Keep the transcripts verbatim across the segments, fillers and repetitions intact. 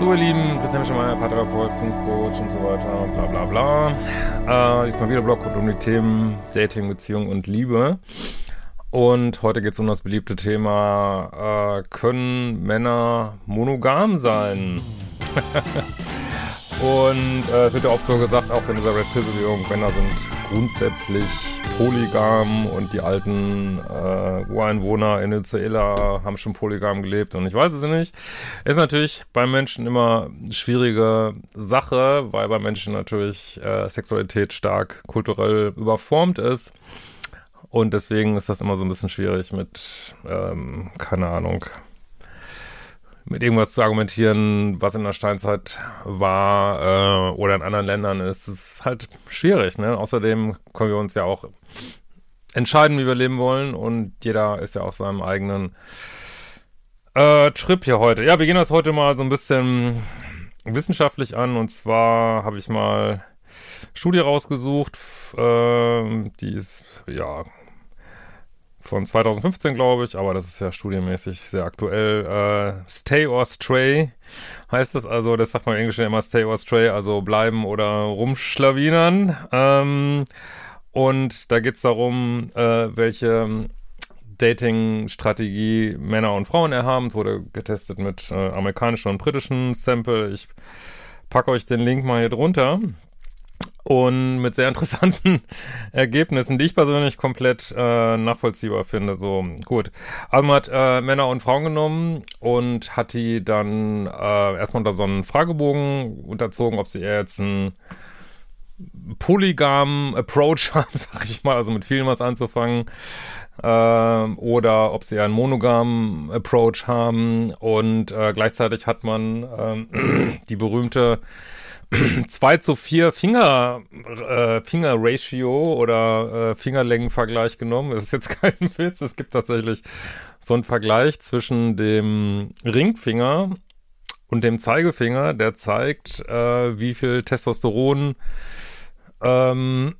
So, ihr Lieben, Christian Schemeier, Paartherapeut, Beziehungscoach und so weiter, bla bla bla. Äh, diesmal wieder Blog rund um die Themen Dating, Beziehung und Liebe. Und heute geht es um das beliebte Thema, äh, können Männer monogam sein? Und äh, es wird ja oft so gesagt, auch in dieser Red Pill-Bewegung, Männer sind grundsätzlich polygam und die alten äh, Ureinwohner in Venezuela haben schon polygam gelebt und ich weiß es nicht. Ist natürlich bei Menschen immer eine schwierige Sache, weil bei Menschen natürlich äh, Sexualität stark kulturell überformt ist und deswegen ist das immer so ein bisschen schwierig mit, ähm, keine Ahnung, mit irgendwas zu argumentieren, was in der Steinzeit war äh, oder in anderen Ländern ist, ist halt schwierig, ne? Außerdem können wir uns ja auch entscheiden, wie wir leben wollen und jeder ist ja auf seinem eigenen äh, Trip hier heute. Ja, wir gehen das heute mal so ein bisschen wissenschaftlich an und zwar habe ich mal Studie rausgesucht, äh, die ist, ja, von zwanzig fünfzehn, glaube ich, aber das ist ja studienmäßig sehr aktuell. Äh, Stay or Stray heißt das, also das sagt man im Englischen immer Stay or Stray, also bleiben oder rumschlawinern. Ähm, und da geht's darum, äh, welche Dating-Strategie Männer und Frauen erhaben. Es wurde getestet mit äh, amerikanischen und britischen Sample. Ich packe euch den Link mal hier drunter. Und mit sehr interessanten Ergebnissen, die ich persönlich komplett äh, nachvollziehbar finde. So, gut. Also man hat äh, Männer und Frauen genommen und hat die dann äh, erstmal unter so einen Fragebogen unterzogen, ob sie eher jetzt einen polygamen Approach haben, sag ich mal, also mit vielen was anzufangen, äh, oder ob sie eher einen monogamen Approach haben. Und äh, gleichzeitig hat man äh, die berühmte zwei zu vier Finger, äh, Finger-Ratio oder äh, Fingerlängenvergleich genommen. Das ist jetzt kein Witz. Es gibt tatsächlich so einen Vergleich zwischen dem Ringfinger und dem Zeigefinger, der zeigt, äh, wie viel Testosteron ähm,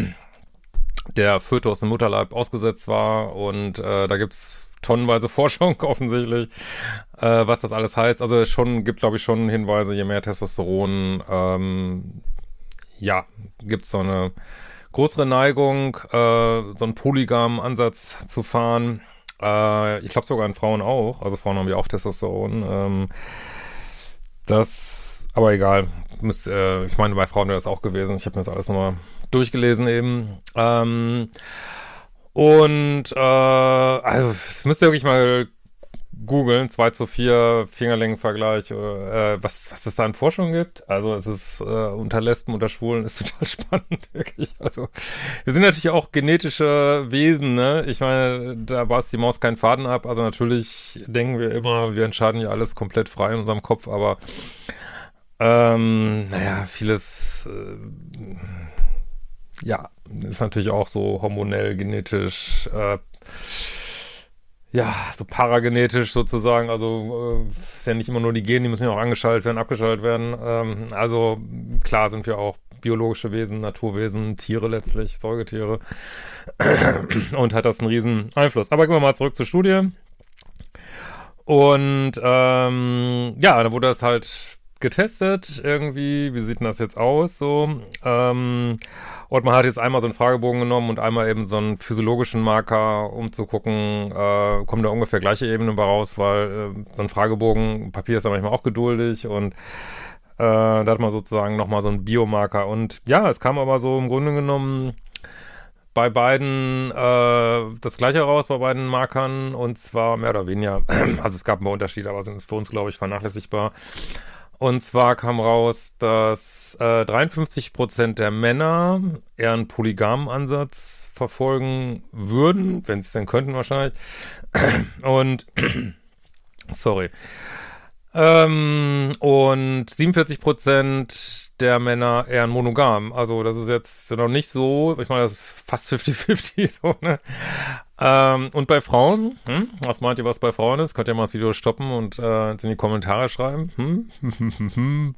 der Fötus im Mutterleib ausgesetzt war. Und äh, da gibt's tonnenweise Forschung offensichtlich, äh, was das alles heißt. Also schon gibt, glaube ich, schon Hinweise, je mehr Testosteron, ähm, ja, gibt's so eine größere Neigung, äh, so einen polygamen Ansatz zu fahren. Äh, ich glaube sogar in Frauen auch. Also Frauen haben ja auch Testosteron. Ähm, das, aber egal. Müsst, äh, ich meine, bei Frauen wäre das auch gewesen. Ich habe mir das alles nochmal durchgelesen eben. Ähm, Und, äh, also, das müsst ihr wirklich mal googeln, zwei zu vier Fingerlängenvergleich, äh, was, was es da an Forschung gibt. Also, es ist, äh, unter Lesben, unter Schwulen ist total spannend, wirklich. Also, wir sind natürlich auch genetische Wesen, ne? Ich meine, da beißt die Maus keinen Faden ab. Also, natürlich denken wir immer, wir entscheiden ja alles komplett frei in unserem Kopf, aber, ähm, naja, vieles, äh, ja, ist natürlich auch so hormonell, genetisch, äh, ja, so paragenetisch sozusagen, also äh, ist ja nicht immer nur die Gene, die müssen ja auch angeschaltet werden, abgeschaltet werden, ähm, also klar sind wir auch biologische Wesen, Naturwesen, Tiere letztlich, Säugetiere und hat das einen riesen Einfluss. Aber gehen wir mal zurück zur Studie und ähm, ja, da wurde das halt getestet irgendwie, wie sieht denn das jetzt aus, so, ähm, und man hat jetzt einmal so einen Fragebogen genommen und einmal eben so einen physiologischen Marker, um zu gucken, äh, kommen da ungefähr gleiche Ebenen bei raus, weil äh, so ein Fragebogen, Papier ist da manchmal auch geduldig und äh, da hat man sozusagen nochmal so einen Biomarker und ja, es kam aber so im Grunde genommen bei beiden äh, das gleiche raus, bei beiden Markern und zwar mehr oder weniger, also es gab ein paar Unterschiede, aber sind es für uns, glaube ich, vernachlässigbar. Und zwar kam raus, dass äh, dreiundfünfzig Prozent der Männer eher einen polygamen Ansatz verfolgen würden, wenn sie es denn könnten wahrscheinlich. Und, sorry. Ähm, und siebenundvierzig Prozent der Männer eher monogam. Also das ist jetzt noch nicht so, ich meine, das ist fast fünfzig fünfzig so, ne? Ähm, und bei Frauen, hm? Was meint ihr, was bei Frauen ist? Könnt ihr mal das Video stoppen und äh, in die Kommentare schreiben. Hm?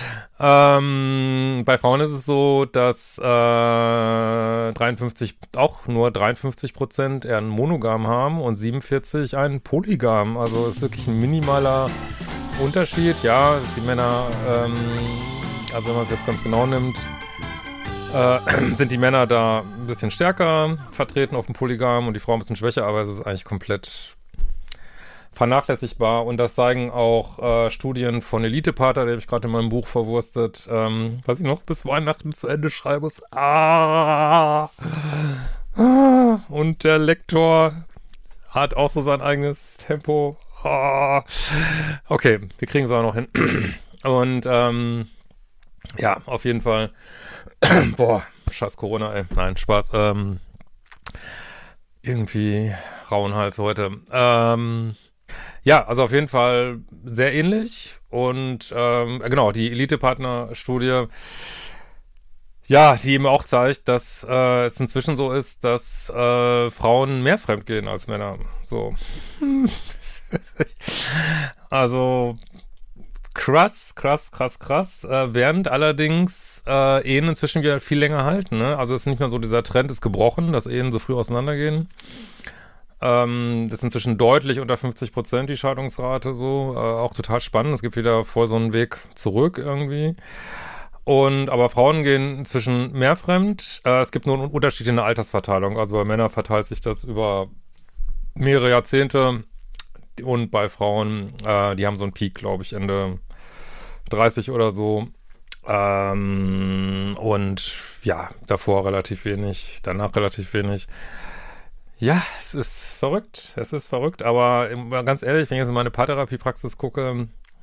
ähm, bei Frauen ist es so, dass äh, dreiundfünfzig, auch nur dreiundfünfzig Prozent eher einen Monogam haben und siebenundvierzig einen Polygam. Also es ist wirklich ein minimaler Unterschied, ja, dass die Männer, ähm, also wenn man es jetzt ganz genau nimmt, äh, sind die Männer da ein bisschen stärker vertreten auf dem Polygam und die Frauen ein bisschen schwächer, aber es ist eigentlich komplett vernachlässigbar und das zeigen auch äh, Studien von Elite-Partner, die habe ich gerade in meinem Buch verwurstet, ähm, was ich noch bis Weihnachten zu Ende schreiben muss. Ah, ah, und der Lektor hat auch so sein eigenes Tempo. Ah, okay, wir kriegen es auch noch hin. Und ähm, ja, auf jeden Fall. Boah, scheiß Corona, ey. Nein, Spaß. Ähm, irgendwie rauen Hals heute. Ähm, Ja, also auf jeden Fall sehr ähnlich und ähm, genau, die Elite-Partner-Studie, ja, die eben auch zeigt, dass äh, es inzwischen so ist, dass äh, Frauen mehr fremdgehen als Männer. So. Also krass, krass, krass, krass. Äh, während allerdings äh, Ehen inzwischen wieder viel länger halten. Ne? Also es ist nicht mehr so, dieser Trend ist gebrochen, dass Ehen so früh auseinandergehen. Ähm, das ist inzwischen deutlich unter fünfzig Prozent die Scheidungsrate so, äh, auch total spannend. Es gibt wieder voll so einen Weg zurück irgendwie. Und aber Frauen gehen inzwischen mehr fremd. Äh, es gibt nur einen Unterschied in der Altersverteilung. Also bei Männern verteilt sich das über mehrere Jahrzehnte und bei Frauen, äh, die haben so einen Peak, glaube ich, Ende dreißig oder so. Ähm, und ja, davor relativ wenig, danach relativ wenig. Ja, es ist verrückt, es ist verrückt, aber ganz ehrlich, wenn ich jetzt in meine Paartherapiepraxis gucke,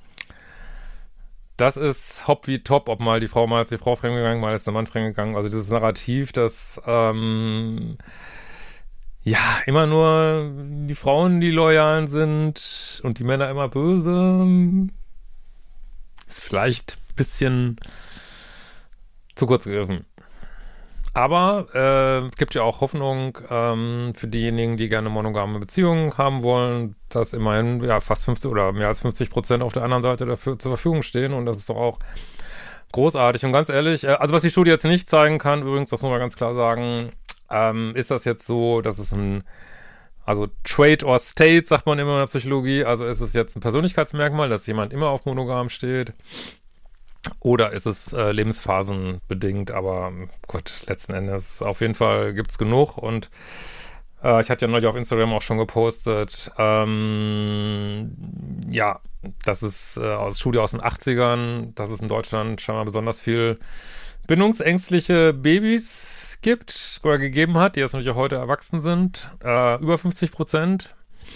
das ist hopp wie top, ob mal die Frau, mal ist die Frau fremdgegangen, mal ist der Mann fremdgegangen, also dieses Narrativ, dass ähm, ja, immer nur die Frauen, die Loyalen sind und die Männer immer böse, ist vielleicht ein bisschen zu kurz gegriffen. Aber äh, es gibt ja auch Hoffnung ähm, für diejenigen, die gerne monogame Beziehungen haben wollen, dass immerhin ja fast fünfzig oder mehr als fünfzig Prozent auf der anderen Seite dafür zur Verfügung stehen und das ist doch auch großartig. Und ganz ehrlich, äh, also was die Studie jetzt nicht zeigen kann, übrigens, das muss man ganz klar sagen, ähm, ist das jetzt so, dass es ein, also Trait or State, sagt man immer in der Psychologie, also ist es jetzt ein Persönlichkeitsmerkmal, dass jemand immer auf monogam steht. Oder ist es äh, lebensphasenbedingt, aber Gott, letzten Endes auf jeden Fall gibt's genug und äh, ich hatte ja neulich auf Instagram auch schon gepostet, ähm, ja, das ist äh, aus Studie aus den achtzigern, dass es in Deutschland scheinbar besonders viel bindungsängstliche Babys gibt oder gegeben hat, die jetzt natürlich auch heute erwachsen sind, äh, über fünfzig Prozent.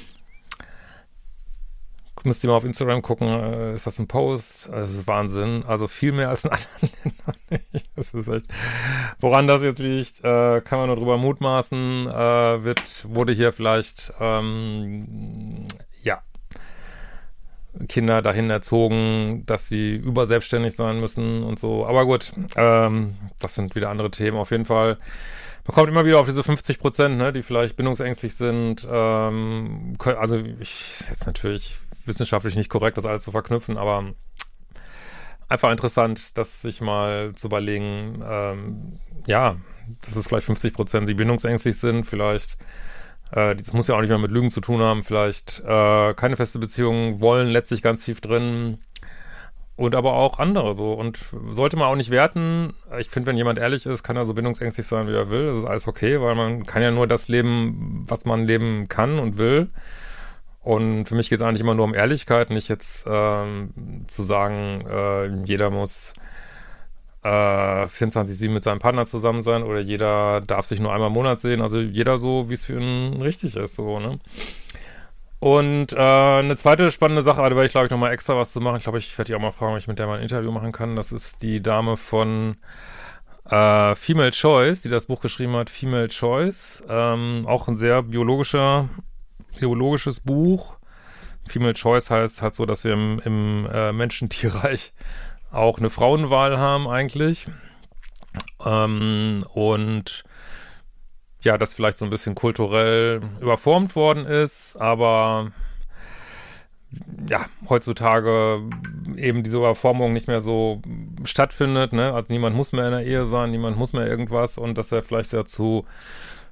Müsst ihr mal auf Instagram gucken, äh, ist das ein Post? Das ist Wahnsinn. Also viel mehr als in anderen Ländern. Das ist echt, woran das jetzt liegt, äh, kann man nur drüber mutmaßen. Äh, wird, wurde hier vielleicht, ähm, ja, Kinder dahin erzogen, dass sie überselbstständig sein müssen und so. Aber gut, ähm, das sind wieder andere Themen. Auf jeden Fall, man kommt immer wieder auf diese fünfzig Prozent, ne, die vielleicht bindungsängstlich sind. Ähm, können, also ich ist jetzt natürlich wissenschaftlich nicht korrekt, das alles zu verknüpfen, aber einfach interessant, das sich mal zu überlegen, ähm, ja, dass es vielleicht fünfzig Prozent, die bindungsängstlich sind, vielleicht, äh, das muss ja auch nicht mehr mit Lügen zu tun haben, vielleicht äh, keine feste Beziehung wollen, letztlich ganz tief drin und aber auch andere so und sollte man auch nicht werten. Ich finde, wenn jemand ehrlich ist, kann er so bindungsängstlich sein, wie er will, das ist alles okay, weil man kann ja nur das leben, was man leben kann und will. Und für mich geht es eigentlich immer nur um Ehrlichkeit, nicht jetzt ähm, zu sagen, äh, jeder muss äh, vierundzwanzig sieben mit seinem Partner zusammen sein oder jeder darf sich nur einmal im Monat sehen. Also jeder so, wie es für ihn richtig ist, so, ne? Und äh, eine zweite spannende Sache, da werde ich, glaube ich, nochmal extra was zu machen. Ich glaube, ich werde die auch mal fragen, ob ich mit der mal ein Interview machen kann. Das ist die Dame von äh, Female Choice, die das Buch geschrieben hat, Female Choice. Ähm, auch ein sehr biologischer biologisches Buch. Female Choice heißt halt so, dass wir im, im äh, Menschen-Tierreich auch eine Frauenwahl haben eigentlich. Ähm, und ja, das vielleicht so ein bisschen kulturell überformt worden ist, aber ja, heutzutage eben diese Überformung nicht mehr so stattfindet, ne? Also niemand muss mehr in der Ehe sein, niemand muss mehr irgendwas und dass er vielleicht dazu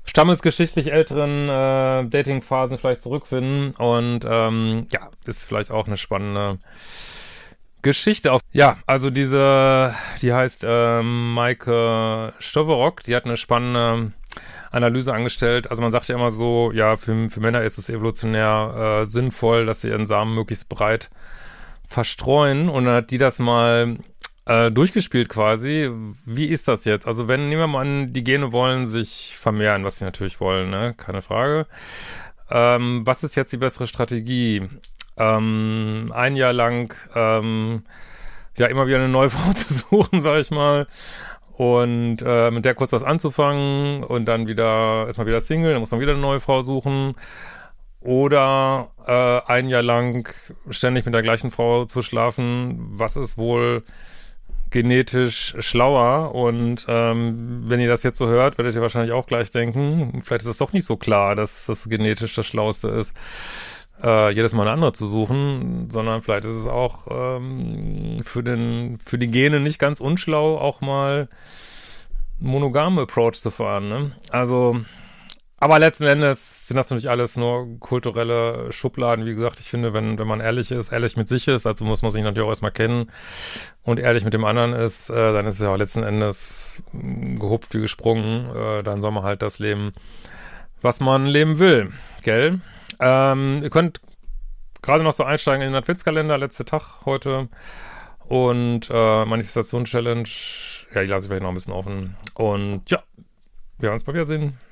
stammesgeschichtlich älteren äh, Dating-Phasen vielleicht zurückfinden. Und ähm, ja, ist vielleicht auch eine spannende Geschichte. Auf ja, also diese, die heißt ähm, Maike Stoverock, die hat eine spannende Analyse angestellt. Also man sagt ja immer so, ja, für, für Männer ist es evolutionär äh, sinnvoll, dass sie ihren Samen möglichst breit verstreuen. Und dann hat die das mal äh, durchgespielt quasi. Wie ist das jetzt? Also wenn, nehmen wir mal an, die Gene wollen sich vermehren, was sie natürlich wollen, ne? Keine Frage. Ähm, was ist jetzt die bessere Strategie? Ähm, ein Jahr lang ähm, ja immer wieder eine neue Frau zu suchen, sag ich mal. Und äh, mit der kurz was anzufangen und dann wieder, ist man wieder Single, dann muss man wieder eine neue Frau suchen. Oder äh, ein Jahr lang ständig mit der gleichen Frau zu schlafen, was ist wohl genetisch schlauer? Und ähm, wenn ihr das jetzt so hört, werdet ihr wahrscheinlich auch gleich denken, vielleicht ist es doch nicht so klar, dass das genetisch das Schlauste ist, äh, jedes Mal eine andere zu suchen, sondern vielleicht ist es auch ähm, für den für die Gene nicht ganz unschlau, auch mal einen monogamen Approach zu fahren, ne? Also, aber letzten Endes sind das natürlich alles nur kulturelle Schubladen. Wie gesagt, ich finde, wenn wenn man ehrlich ist, ehrlich mit sich ist, also muss man sich natürlich auch erstmal kennen und ehrlich mit dem anderen ist, äh, dann ist es ja auch letzten Endes mh, gehupft wie gesprungen. Äh, dann soll man halt das leben, was man leben will, gell? Ähm, ihr könnt gerade noch so einsteigen in den Adventskalender, letzter Tag heute und äh, Manifestation-Challenge, ja, die lasse ich vielleicht noch ein bisschen offen und ja, wir werden uns bald wiedersehen.